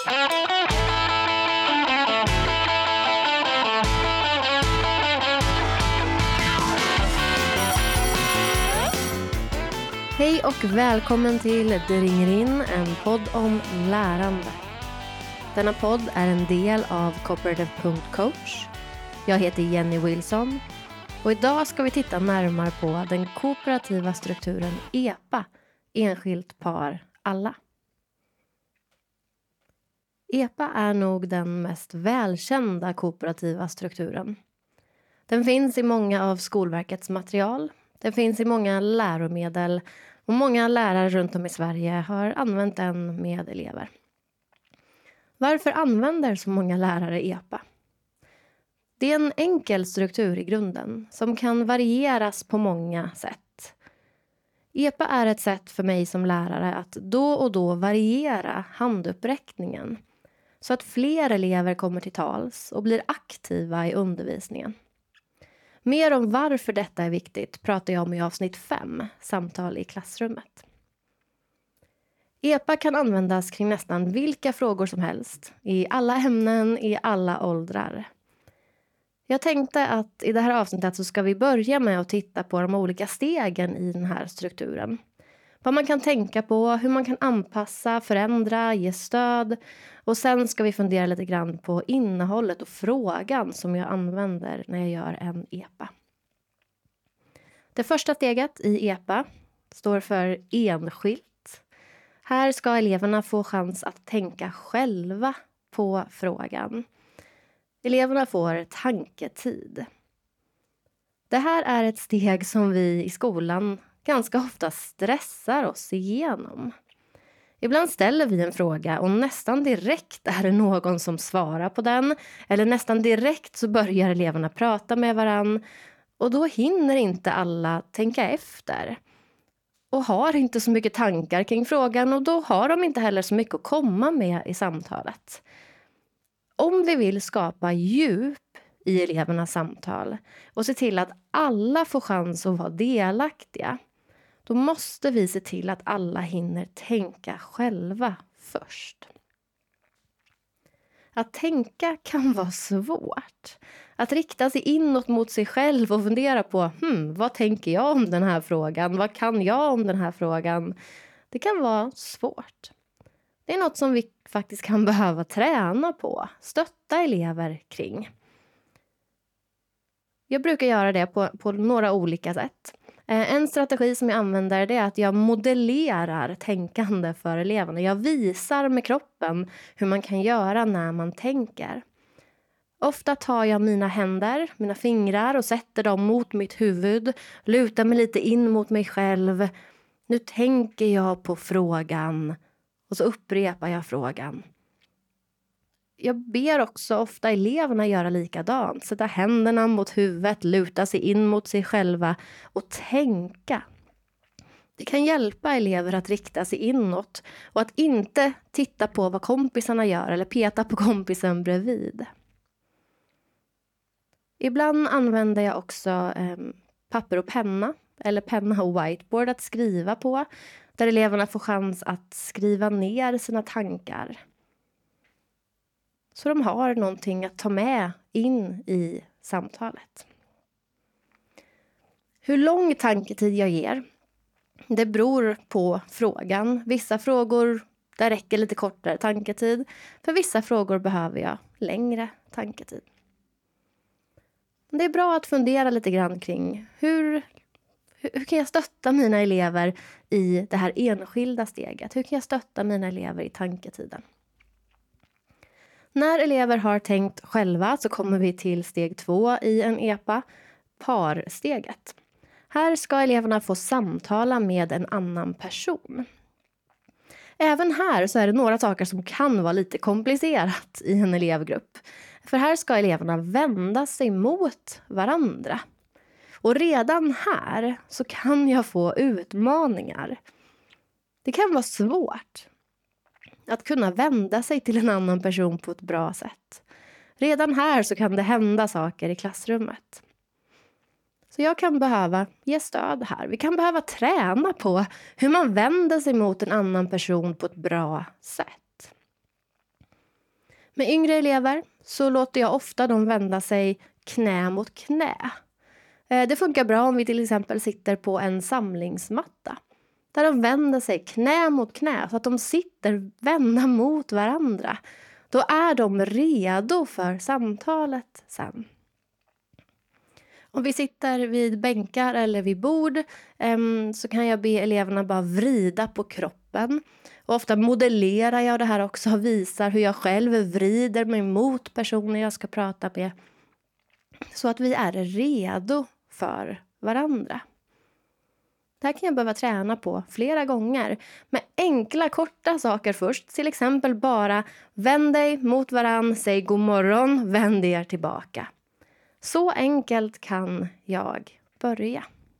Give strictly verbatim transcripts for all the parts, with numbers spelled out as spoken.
Hej och välkommen till Det ringer in, en podd om lärande. Denna podd är en del av Cooperative punkt coach. Jag heter Jenny Wilson och idag ska vi titta närmare på den kooperativa strukturen E P A, enskilt par alla. E P A är nog den mest välkända kooperativa strukturen. Den finns i många av Skolverkets material. Den finns i många läromedel och många lärare runt om i Sverige har använt den med elever. Varför använder så många lärare E P A? Det är en enkel struktur i grunden som kan varieras på många sätt. E P A är ett sätt för mig som lärare att då och då variera handuppräckningen så att fler elever kommer till tals och blir aktiva i undervisningen. Mer om varför detta är viktigt pratar jag om i avsnitt fem, samtal i klassrummet. E P A kan användas kring nästan vilka frågor som helst, i alla ämnen, i alla åldrar. Jag tänkte att i det här avsnittet så ska vi börja med att titta på de olika stegen i den här strukturen. Vad man kan tänka på, hur man kan anpassa, förändra, ge stöd. Och sen ska vi fundera lite grann på innehållet och frågan som jag använder när jag gör en E P A. Det första steget i E P A står för enskilt. Här ska eleverna få chans att tänka själva på frågan. Eleverna får tanketid. Det här är ett steg som vi i skolan ganska ofta stressar oss igenom. Ibland ställer vi en fråga och nästan direkt är det någon som svarar på den. Eller nästan direkt så börjar eleverna prata med varann. Och då hinner inte alla tänka efter. Och har inte så mycket tankar kring frågan och då har de inte heller så mycket att komma med i samtalet. Om vi vill skapa djup i elevernas samtal och se till att alla får chans att vara delaktiga, då måste vi se till att alla hinner tänka själva först. Att tänka kan vara svårt. Att rikta sig inåt mot sig själv och fundera på hmm, vad tänker jag om den här frågan? Vad kan jag om den här frågan? Det kan vara svårt. Det är något som vi faktiskt kan behöva träna på, stötta elever kring. Jag brukar göra det på, på några olika sätt. En strategi som jag använder det är att jag modellerar tänkande för eleverna. Jag visar med kroppen hur man kan göra när man tänker. Ofta tar jag mina händer, mina fingrar och sätter dem mot mitt huvud. Lutar mig lite in mot mig själv. Nu tänker jag på frågan. Och så upprepar jag frågan. Jag ber också ofta eleverna göra likadant. Sätta händerna mot huvudet, luta sig in mot sig själva och tänka. Det kan hjälpa elever att rikta sig inåt och att inte titta på vad kompisarna gör eller peta på kompisen bredvid. Ibland använder jag också eh, papper och penna eller penna och whiteboard att skriva på. Där eleverna får chans att skriva ner sina tankar. Så de har någonting att ta med in i samtalet. Hur lång tanketid jag ger, det beror på frågan. Vissa frågor, där räcker lite kortare tanketid. För vissa frågor behöver jag längre tanketid. Det är bra att fundera lite grann kring hur, hur kan jag stötta mina elever i det här enskilda steget? Hur kan jag stötta mina elever i tanketiden? När elever har tänkt själva så kommer vi till steg två i en E P A, parsteget. Här ska eleverna få samtala med en annan person. Även här så är det några saker som kan vara lite komplicerat i en elevgrupp. För här ska eleverna vända sig mot varandra. Och redan här så kan jag få utmaningar. Det kan vara svårt att kunna vända sig till en annan person på ett bra sätt. Redan här så kan det hända saker i klassrummet. Så jag kan behöva ge stöd här. Vi kan behöva träna på hur man vänder sig mot en annan person på ett bra sätt. Med yngre elever så låter jag ofta dem vända sig knä mot knä. Eh, Det funkar bra om vi till exempel sitter på en samlingsmatta. Där de vänder sig knä mot knä så att de sitter vända mot varandra. Då är de redo för samtalet sen. Om vi sitter vid bänkar eller vid bord em, så kan jag be eleverna bara vrida på kroppen. Och ofta modellerar jag det här också och visar hur jag själv vrider mig mot personer jag ska prata med. Så att vi är redo för varandra. Det här kan jag behöva träna på flera gånger med enkla korta saker först. Till exempel bara vänd dig mot varann, säg god morgon, vänd er tillbaka. Så enkelt kan jag börja.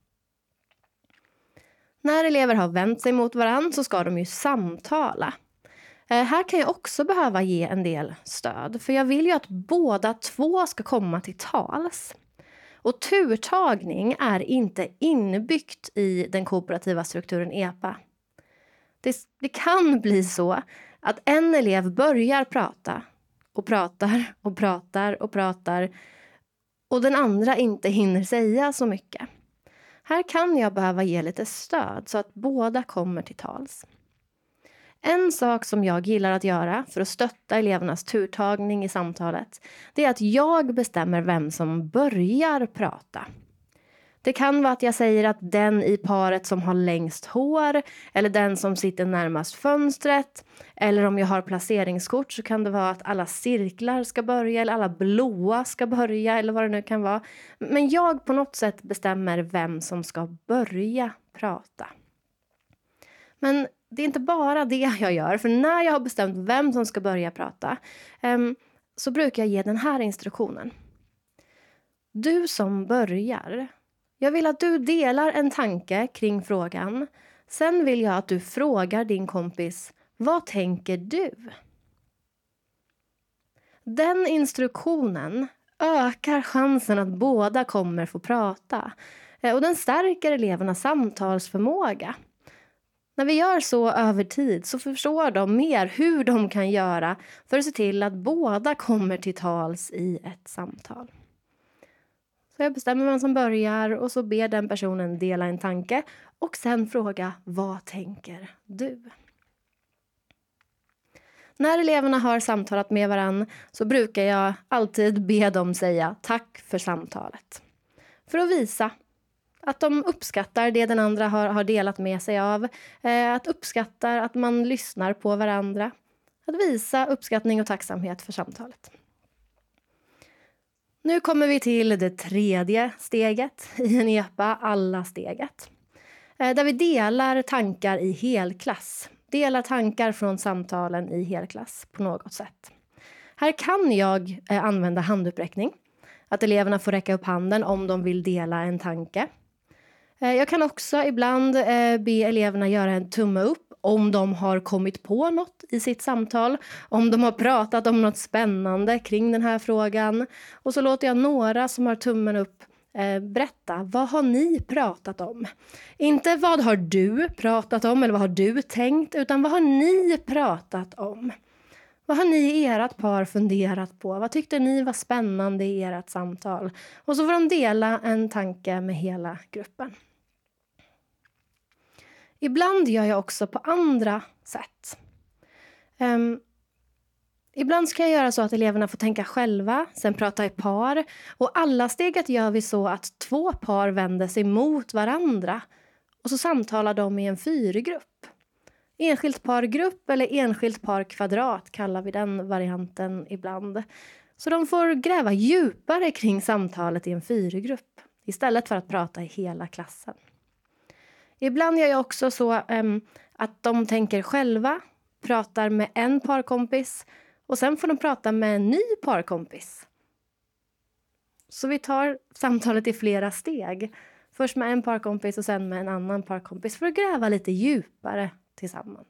När elever har vänt sig mot varann så ska de ju samtala. Eh, här kan jag också behöva ge en del stöd. För jag vill ju att båda två ska komma till tals. Och turtagning är inte inbyggt i den kooperativa strukturen E P A. Det, det kan bli så att en elev börjar prata och pratar och pratar och pratar och den andra inte hinner säga så mycket. Här kan jag behöva ge lite stöd så att båda kommer till tals. En sak som jag gillar att göra för att stötta elevernas turtagning i samtalet, det är att jag bestämmer vem som börjar prata. Det kan vara att jag säger att den i paret som har längst hår eller den som sitter närmast fönstret, eller om jag har placeringskort så kan det vara att alla cirklar ska börja eller alla blåa ska börja eller vad det nu kan vara. Men jag på något sätt bestämmer vem som ska börja prata. Men det är inte bara det jag gör, för när jag har bestämt vem som ska börja prata um, så brukar jag ge den här instruktionen. Du som börjar, jag vill att du delar en tanke kring frågan. Sen vill jag att du frågar din kompis, vad tänker du? Den instruktionen ökar chansen att båda kommer få prata och den stärker elevernas samtalsförmåga. När vi gör så över tid så förstår de mer hur de kan göra för att se till att båda kommer till tals i ett samtal. Så jag bestämmer vem som börjar och så ber den personen dela en tanke och sen fråga, vad tänker du? När eleverna har samtalat med varann så brukar jag alltid be dem säga tack för samtalet. För att visa att de uppskattar det den andra har, har delat med sig av. Eh, att uppskattar att man lyssnar på varandra. Att visa uppskattning och tacksamhet för samtalet. Nu kommer vi till det tredje steget i en E P A, alla-steget. Eh, där vi delar tankar i helklass. Delar tankar från samtalen i helklass på något sätt. Här kan jag eh, använda handuppräckning. Att eleverna får räcka upp handen om de vill dela en tanke. Jag kan också ibland be eleverna göra en tumme upp om de har kommit på något i sitt samtal. Om de har pratat om något spännande kring den här frågan. Och så låter jag några som har tummen upp berätta, vad har ni pratat om? Inte vad har du pratat om eller vad har du tänkt, utan vad har ni pratat om? Vad har ni i ert par funderat på? Vad tyckte ni var spännande i ert samtal? Och så får de dela en tanke med hela gruppen. Ibland gör jag också på andra sätt. Um, ibland ska jag göra så att eleverna får tänka själva, sen prata i par. Och alla steget gör vi så att två par vänder sig mot varandra. Och så samtalar de i en fyrgrupp. Enskilt pargrupp eller enskilt par kvadrat kallar vi den varianten ibland. Så de får gräva djupare kring samtalet i en fyrgrupp istället för att prata i hela klassen. Ibland gör jag också så um, att de tänker själva, pratar med en parkompis och sen får de prata med en ny parkompis. Så vi tar samtalet i flera steg. Först med en parkompis och sen med en annan parkompis för att gräva lite djupare tillsammans.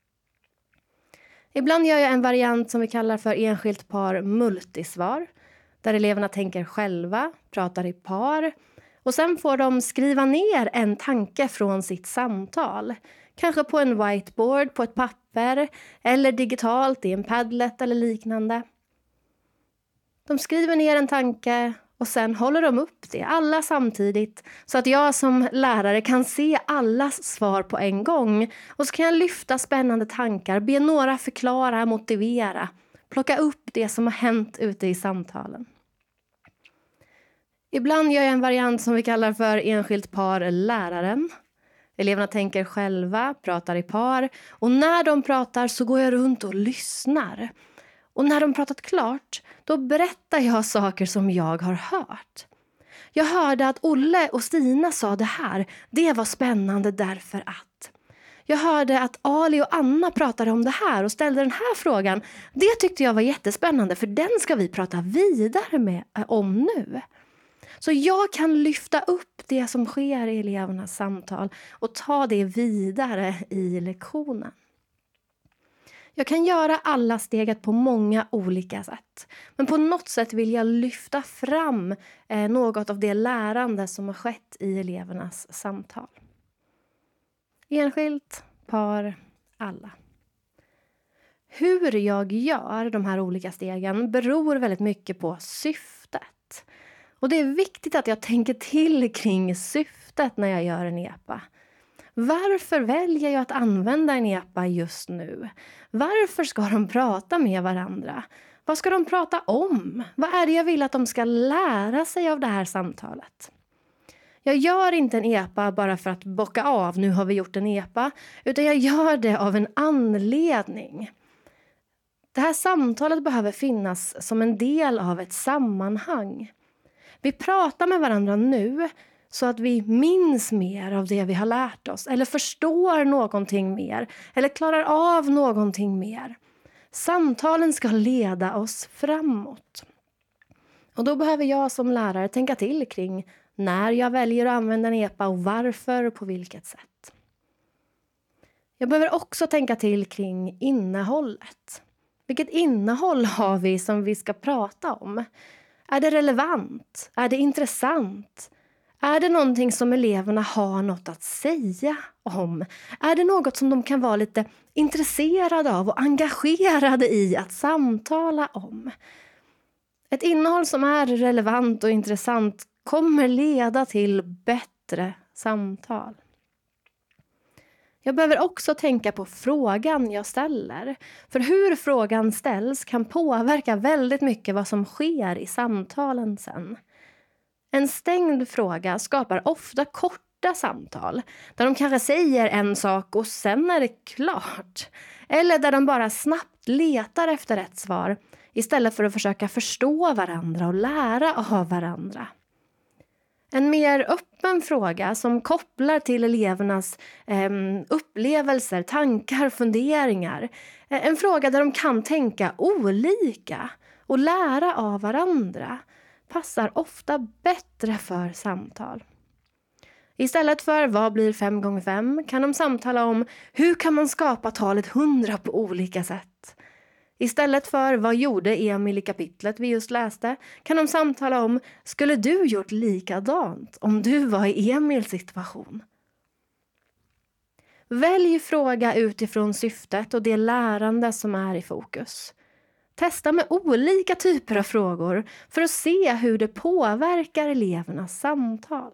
Ibland gör jag en variant som vi kallar för enskilt par multisvar. Där eleverna tänker själva, pratar i par. Och sen får de skriva ner en tanke från sitt samtal. Kanske på en whiteboard, på ett papper papper eller digitalt i en Padlet eller liknande. De skriver ner en tanke och sen håller de upp det, alla samtidigt, så att jag som lärare kan se allas svar på en gång. Och så kan jag lyfta spännande tankar, be några förklara, motivera, plocka upp det som har hänt ute i samtalen. Ibland gör jag en variant som vi kallar för enskilt par läraren. Eleverna tänker själva, pratar i par, och när de pratar så går jag runt och lyssnar. Och när de pratat klart, då berättar jag saker som jag har hört. Jag hörde att Olle och Stina sa det här. Det var spännande därför att. Jag hörde att Ali och Anna pratade om det här och ställde den här frågan. Det tyckte jag var jättespännande, för den ska vi prata vidare med, om nu. Så jag kan lyfta upp det som sker i elevernas samtal och ta det vidare i lektionen. Jag kan göra alla steget på många olika sätt. Men på något sätt vill jag lyfta fram eh, något av det lärande som har skett i elevernas samtal. Enskilt, par, alla. Hur jag gör de här olika stegen beror väldigt mycket på syftet. Och det är viktigt att jag tänker till kring syftet när jag gör en E P A. Varför väljer jag att använda en E P A just nu? Varför ska de prata med varandra? Vad ska de prata om? Vad är det jag vill att de ska lära sig av det här samtalet? Jag gör inte en E P A bara för att bocka av, nu har vi gjort en E P A, utan jag gör det av en anledning. Det här samtalet behöver finnas som en del av ett sammanhang. Vi pratar med varandra nu så att vi minns mer av det vi har lärt oss, eller förstår någonting mer, eller klarar av någonting mer. Samtalen ska leda oss framåt. Och då behöver jag som lärare tänka till kring när jag väljer att använda en E P A och varför och på vilket sätt. Jag behöver också tänka till kring innehållet. Vilket innehåll har vi som vi ska prata om? Är det relevant? Är det intressant? Är det någonting som eleverna har något att säga om? Är det något som de kan vara lite intresserade av och engagerade i att samtala om? Ett innehåll som är relevant och intressant kommer leda till bättre samtal. Jag behöver också tänka på frågan jag ställer. För hur frågan ställs kan påverka väldigt mycket vad som sker i samtalen sen. En stängd fråga skapar ofta korta samtal. Där de kanske säger en sak och sen är det klart. Eller där de bara snabbt letar efter ett svar. Istället för att försöka förstå varandra och lära av varandra. En mer öppen fråga som kopplar till elevernas eh, upplevelser, tankar, funderingar. En fråga där de kan tänka olika och lära av varandra passar ofta bättre för samtal. Istället för vad blir fem gånger fem kan de samtala om hur kan man skapa talet hundra på olika sätt. Istället för vad gjorde Emil i kapitlet vi just läste kan de samtala om skulle du gjort likadant om du var i Emils situation. Välj fråga utifrån syftet och det lärande som är i fokus. Testa med olika typer av frågor för att se hur det påverkar elevernas samtal.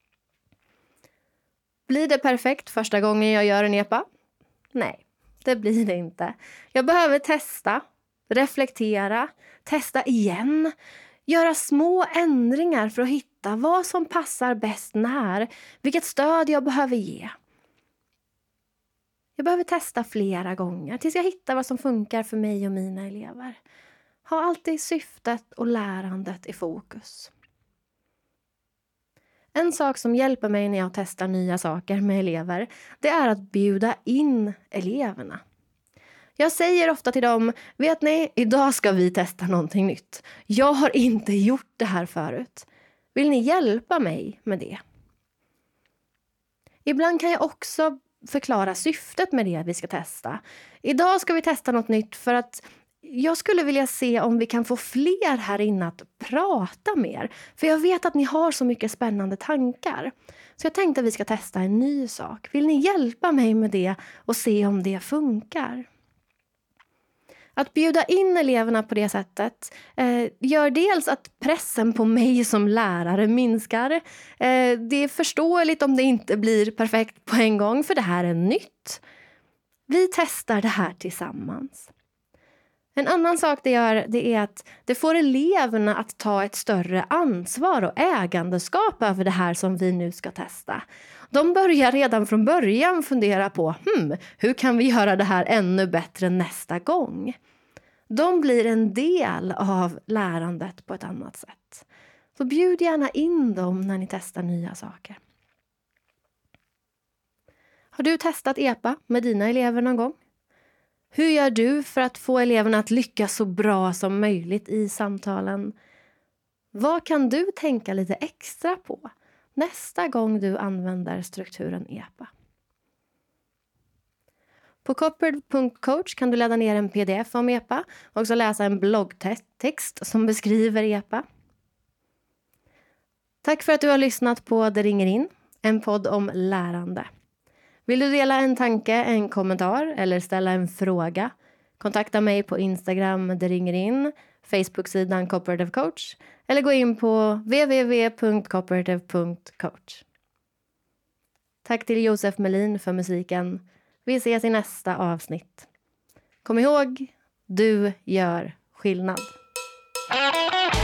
Blir det perfekt första gången jag gör en E P A? Nej. Det blir det inte. Jag behöver testa, reflektera, testa igen. Göra små ändringar för att hitta vad som passar bäst när. Vilket stöd jag behöver ge. Jag behöver testa flera gånger tills jag hittar vad som funkar för mig och mina elever. Ha alltid syftet och lärandet i fokus. En sak som hjälper mig när jag testar nya saker med elever, det är att bjuda in eleverna. Jag säger ofta till dem, vet ni, idag ska vi testa någonting nytt. Jag har inte gjort det här förut. Vill ni hjälpa mig med det? Ibland kan jag också förklara syftet med det vi ska testa. Idag ska vi testa något nytt för att jag skulle vilja se om vi kan få fler här inne att prata mer. För jag vet att ni har så mycket spännande tankar. Så jag tänkte att vi ska testa en ny sak. Vill ni hjälpa mig med det och se om det funkar? Att bjuda in eleverna på det sättet eh, gör dels att pressen på mig som lärare minskar. Eh, det är förståeligt om det inte blir perfekt på en gång, för det här är nytt. Vi testar det här tillsammans. En annan sak det gör, det är att det får eleverna att ta ett större ansvar och ägandeskap över det här som vi nu ska testa. De börjar redan från början fundera på hmm, hur kan vi göra det här ännu bättre nästa gång. De blir en del av lärandet på ett annat sätt. Så bjud gärna in dem när ni testar nya saker. Har du testat E P A med dina elever någon gång? Hur gör du för att få eleverna att lyckas så bra som möjligt i samtalen? Vad kan du tänka lite extra på nästa gång du använder strukturen E P A? På cooperative punkt coach kan du ladda ner en pdf om E P A och också läsa en bloggtext som beskriver E P A. Tack för att du har lyssnat på Det ringer in, en podd om lärande. Vill du dela en tanke, en kommentar eller ställa en fråga? Kontakta mig på Instagram, Det ringer in, Facebook-sidan Cooperative Coach eller gå in på w w w punkt cooperative punkt coach. Tack till Josef Melin för musiken. Vi ses i nästa avsnitt. Kom ihåg, du gör skillnad.